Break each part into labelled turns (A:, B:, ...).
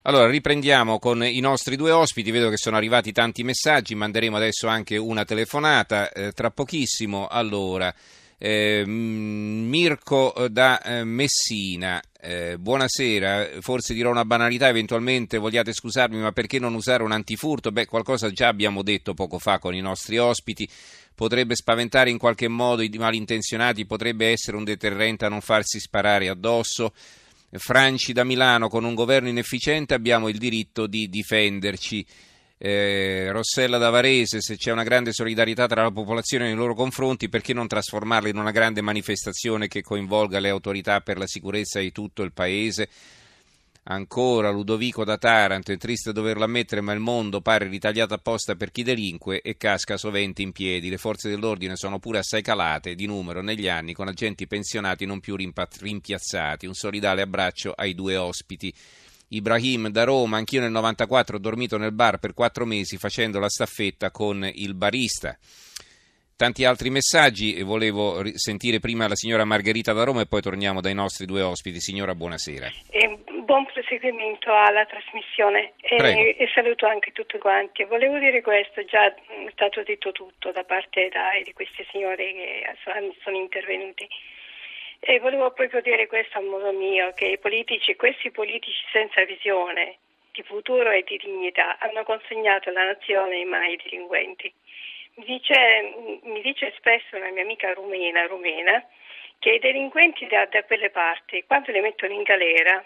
A: Allora, riprendiamo con i nostri due ospiti, vedo che sono arrivati tanti messaggi, manderemo adesso anche una telefonata, tra pochissimo. Allora, Mirko da Messina, buonasera, forse dirò una banalità, eventualmente vogliate scusarmi, ma perché non usare un antifurto? Beh, qualcosa già abbiamo detto poco fa con i nostri ospiti, potrebbe spaventare in qualche modo i malintenzionati, potrebbe essere un deterrente a non farsi sparare addosso. Franci da Milano, con un governo inefficiente abbiamo il diritto di difenderci. Rossella da Varese, se c'è una grande solidarietà tra la popolazione nei loro confronti, perché non trasformarla in una grande manifestazione che coinvolga le autorità per la sicurezza di tutto il paese? Ancora Ludovico da Taranto, è triste doverlo ammettere, ma il mondo pare ritagliato apposta per chi delinque e casca sovente in piedi. Le forze dell'ordine sono pure assai calate di numero negli anni, con agenti pensionati non più rimpiazzati. Un solidale abbraccio ai due ospiti. Ibrahim da Roma, anch'io nel 94 ho dormito nel bar per 4 mesi facendo la staffetta con il barista. Tanti altri messaggi e volevo sentire prima la signora Margherita da Roma e poi torniamo dai nostri due ospiti. Signora, buonasera.
B: Buon proseguimento alla trasmissione e saluto anche tutti quanti. Volevo dire questo, già è stato detto tutto da parte di queste signore che sono intervenuti. E volevo proprio dire questo a modo mio, che questi politici senza visione di futuro e di dignità hanno consegnato la nazione in mani ai delinquenti. Mi dice spesso una mia amica rumena che i delinquenti da quelle parti, quando li mettono in galera,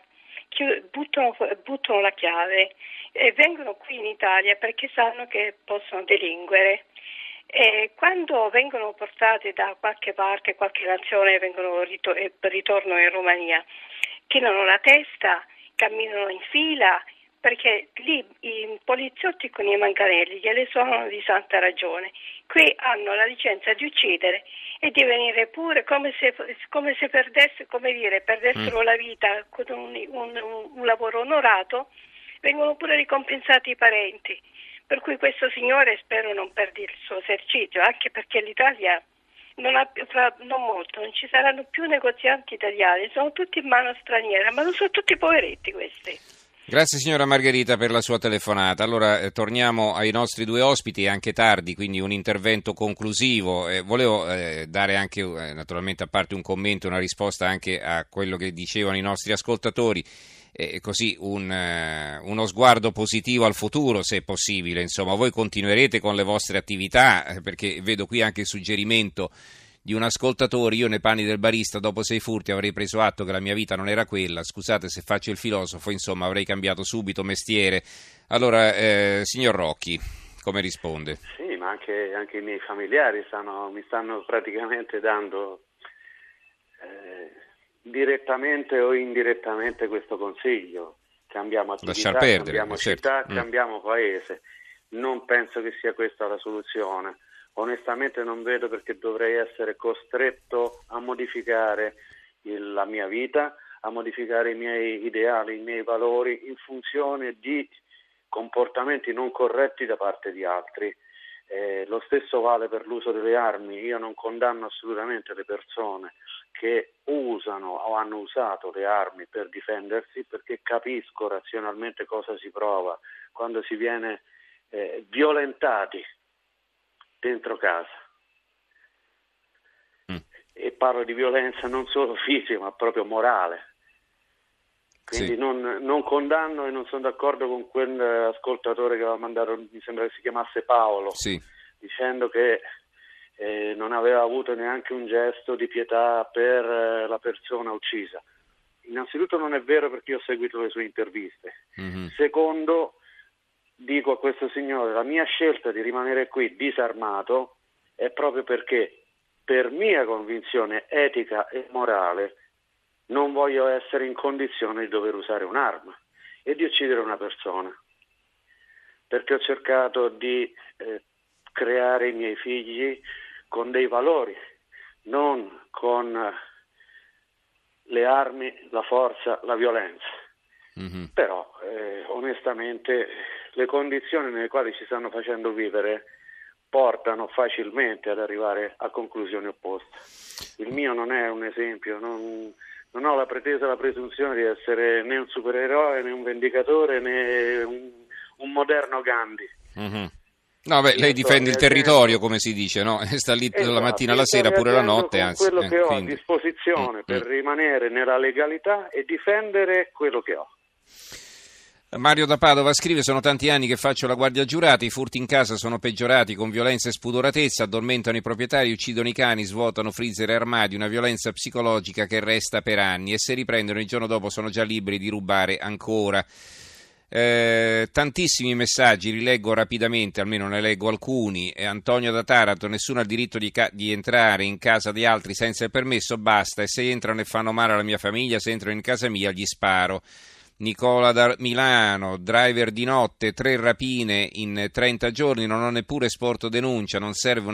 B: buttano la chiave e vengono qui in Italia perché sanno che possono delinquere. E quando vengono portati da qualche parte, qualche nazione, ritornano in Romania, chinano la testa, camminano in fila, perché lì i poliziotti con i manganelli gliele suonano di santa ragione. Qui hanno la licenza di uccidere e di venire pure come se perdessero la vita con un lavoro onorato, vengono pure ricompensati i parenti. Per cui questo signore spero non perdi il suo esercizio, anche perché l'Italia non ci saranno più negozianti italiani, sono tutti in mano straniera, ma non sono tutti poveretti questi.
A: Grazie signora Margherita per la sua telefonata. Allora torniamo ai nostri due ospiti, è anche tardi, quindi un intervento conclusivo. Volevo dare anche, naturalmente a parte un commento, una risposta anche a quello che dicevano i nostri ascoltatori, così uno sguardo positivo al futuro se è possibile. Insomma, voi continuerete con le vostre attività, perché vedo qui anche il suggerimento di un ascoltatore: io nei panni del barista dopo 6 furti avrei preso atto che la mia vita non era quella, scusate se faccio il filosofo, insomma avrei cambiato subito mestiere. Allora, signor Rocchi, come risponde?
C: Sì, ma anche i miei familiari mi stanno praticamente dando direttamente o indirettamente questo consiglio: cambiamo attività, cambiamo città, cambiamo paese. Non penso che sia questa la soluzione. Onestamente non vedo perché dovrei essere costretto a modificare la mia vita, a modificare i miei ideali, i miei valori in funzione di comportamenti non corretti da parte di altri. Lo stesso vale per l'uso delle armi. Io non condanno assolutamente le persone che usano o hanno usato le armi per difendersi, perché capisco razionalmente cosa si prova quando si viene violentati dentro casa. E parlo di violenza non solo fisica ma proprio morale. Quindi sì. Non condanno e non sono d'accordo con quell'ascoltatore che aveva mandato, mi sembra che si chiamasse Paolo, sì, dicendo che non aveva avuto neanche un gesto di pietà per la persona uccisa. Innanzitutto non è vero, perché io ho seguito le sue interviste. Secondo, dico a questo signore: la mia scelta di rimanere qui disarmato è proprio perché, per mia convinzione etica e morale, non voglio essere in condizione di dover usare un'arma e di uccidere una persona, perché ho cercato di creare i miei figli con dei valori, non con le armi, la forza, la violenza. Però onestamente le condizioni nelle quali ci stanno facendo vivere portano facilmente ad arrivare a conclusioni opposte. Il mio non è un esempio, non non ho la pretesa, la presunzione di essere né un supereroe, né un vendicatore, né un moderno Gandhi.
A: Mm-hmm. No, beh, lei difende il territorio, come si dice, no? Sta lì dalla mattina alla sera, pure la notte, anzi.
C: Quello che ho a disposizione per rimanere nella legalità e difendere quello che ho.
A: Mario da Padova scrive: sono tanti anni che faccio la guardia giurata, i furti in casa sono peggiorati con violenza e spudoratezza, addormentano i proprietari, uccidono i cani, svuotano freezer e armadi, una violenza psicologica che resta per anni e se riprendono il giorno dopo sono già liberi di rubare ancora. Tantissimi messaggi, li leggo rapidamente, almeno ne leggo alcuni. Antonio da Taranto: nessuno ha il diritto di entrare in casa di altri senza il permesso, basta, e se entrano e fanno male alla mia famiglia, se entrano in casa mia gli sparo. Nicola da Milano: driver di notte, 3 rapine in 30 giorni, non ho neppure esporto denuncia, non serve,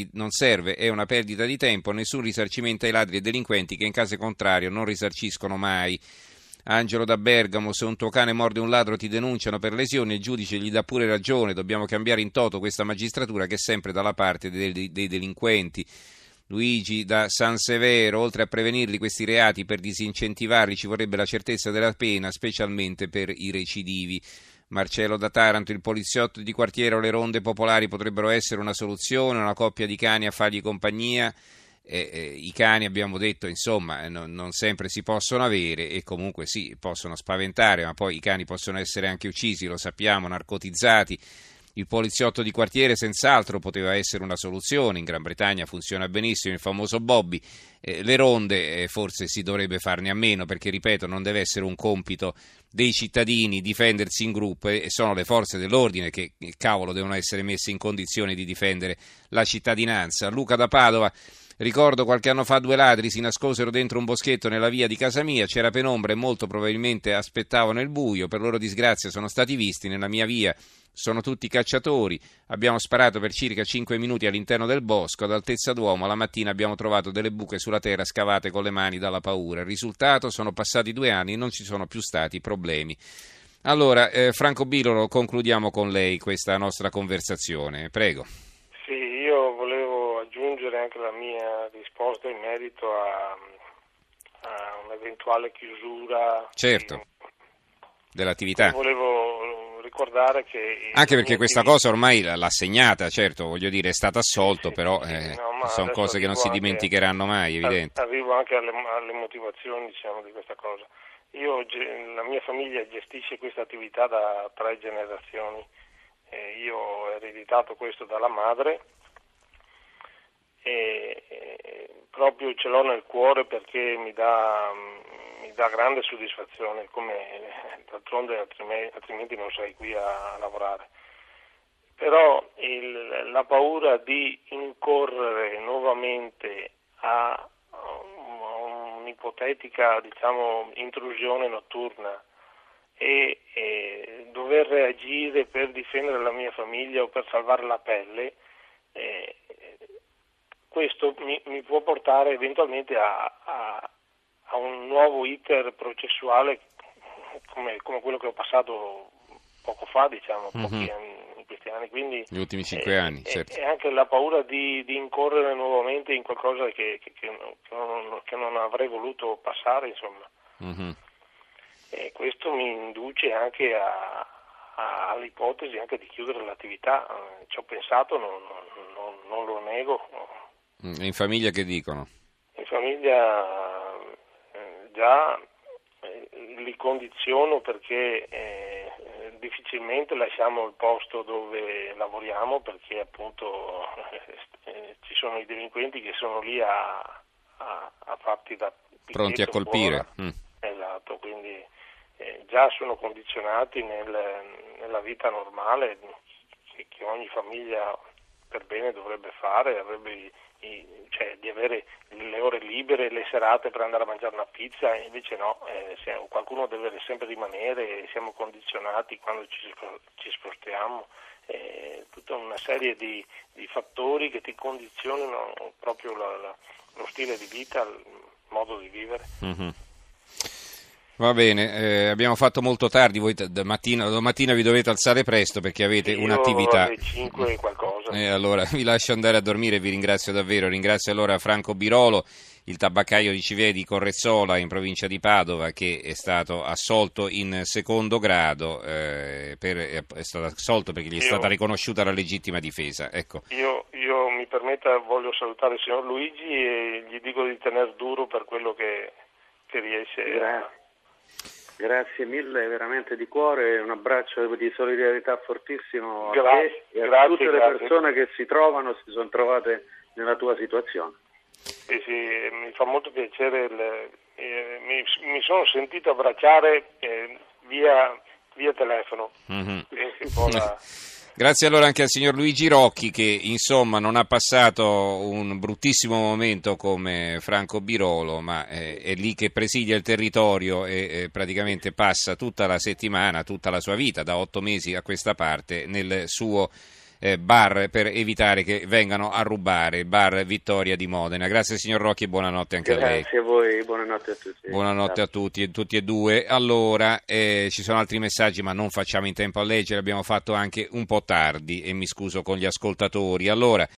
A: è una perdita di tempo, nessun risarcimento ai ladri e delinquenti che in caso contrario non risarciscono mai. Angelo da Bergamo: se un tuo cane morde un ladro ti denunciano per lesioni, il giudice gli dà pure ragione, dobbiamo cambiare in toto questa magistratura che è sempre dalla parte dei delinquenti. Luigi da San Severo: oltre a prevenirli questi reati, per disincentivarli ci vorrebbe la certezza della pena, specialmente per i recidivi. Marcello da Taranto: il poliziotto di quartiere o le ronde popolari potrebbero essere una soluzione, una coppia di cani a fargli compagnia. I cani, abbiamo detto, insomma, non sempre si possono avere e comunque sì, possono spaventare, ma poi i cani possono essere anche uccisi, lo sappiamo, narcotizzati. Il poliziotto di quartiere senz'altro poteva essere una soluzione, in Gran Bretagna funziona benissimo il famoso Bobby. Le ronde forse si dovrebbe farne a meno, perché ripeto, non deve essere un compito dei cittadini difendersi in gruppo, e sono le forze dell'ordine che cavolo devono essere messe in condizione di difendere la cittadinanza. Luca da Padova: ricordo qualche anno fa 2 ladri si nascosero dentro un boschetto nella via di casa mia, c'era penombra e molto probabilmente aspettavano il buio, per loro disgrazia sono stati visti, nella mia via sono tutti cacciatori, abbiamo sparato per circa 5 minuti all'interno del bosco, ad altezza d'uomo, la mattina abbiamo trovato delle buche sulla terra scavate con le mani dalla paura, il risultato: sono passati 2 anni e non ci sono più stati problemi. Allora, Franco Birolo, concludiamo con lei questa nostra conversazione, prego.
D: Sì, io volevo aggiungere anche la mia risposta in merito a un'eventuale chiusura,
A: certo, dell'attività.
D: Volevo ricordare che
A: anche perché questa cosa ormai l'ha segnata, certo, voglio dire, è stato assolto, sì, però sono cose che non si dimenticheranno mai, evidente.
D: Arrivo anche alle motivazioni, diciamo, di questa cosa. La mia famiglia gestisce questa attività da 3 generazioni. Io ho ereditato questo dalla madre e proprio ce l'ho nel cuore perché mi dà grande soddisfazione, come d'altronde altrimenti non sarei qui a lavorare. Però la paura di incorrere nuovamente a un'ipotetica, diciamo, intrusione notturna e dover reagire per difendere la mia famiglia o per salvare la pelle, questo mi può portare eventualmente a un nuovo iter processuale come quello che ho passato poco fa, diciamo, pochi anni, in questi anni, quindi
A: gli ultimi 5 anni, certo.
D: E anche la paura di incorrere nuovamente in qualcosa che non avrei voluto passare, insomma. Mm-hmm. E questo mi induce anche all'ipotesi anche di chiudere l'attività. Ci ho pensato, non lo nego.
A: E in famiglia che dicono?
D: In famiglia già li condiziono perché difficilmente lasciamo il posto dove lavoriamo, perché appunto ci sono i delinquenti che sono lì a farti da
A: pronti a colpire.
D: Esatto, quindi già sono condizionati nella vita normale che ogni famiglia per bene dovrebbe fare, cioè di avere le ore libere, le serate per andare a mangiare una pizza, invece no, qualcuno deve sempre rimanere, siamo condizionati quando ci spostiamo, tutta una serie di fattori che ti condizionano proprio lo stile di vita, il modo di vivere. Mm-hmm.
A: Va bene, abbiamo fatto molto tardi, voi domattina vi dovete alzare presto perché avete un'attività.
D: Alle 5 qualcosa.
A: Allora vi lascio andare a dormire, vi ringrazio davvero, ringrazio allora Franco Birolo, il tabaccaio di Civè di Correzzola in provincia di Padova, che è stato assolto in secondo grado, è stato assolto perché gli è stata riconosciuta la legittima difesa. Ecco.
D: Io mi permetta, voglio salutare il signor Luigi e gli dico di tener duro per quello che riesce.
C: Grazie mille, veramente di cuore, un abbraccio di solidarietà fortissimo a te e a tutte le persone che si sono trovate nella tua situazione.
D: Sì, mi fa molto piacere, mi sono sentito abbracciare via telefono. Mm-hmm.
A: Grazie allora anche al signor Luigi Rocchi, che insomma non ha passato un bruttissimo momento come Franco Birolo, ma è lì che presidia il territorio e praticamente passa tutta la settimana, tutta la sua vita, da 8 mesi a questa parte, nel suo bar per evitare che vengano a rubare, il bar Vittoria di Modena. Grazie signor Rocchi e buonanotte anche a lei.
C: Grazie a voi, buonanotte a tutti.
A: Buonanotte a tutti e due. Allora, ci sono altri messaggi ma non facciamo in tempo a leggere, abbiamo fatto anche un po' tardi e mi scuso con gli ascoltatori. Allora,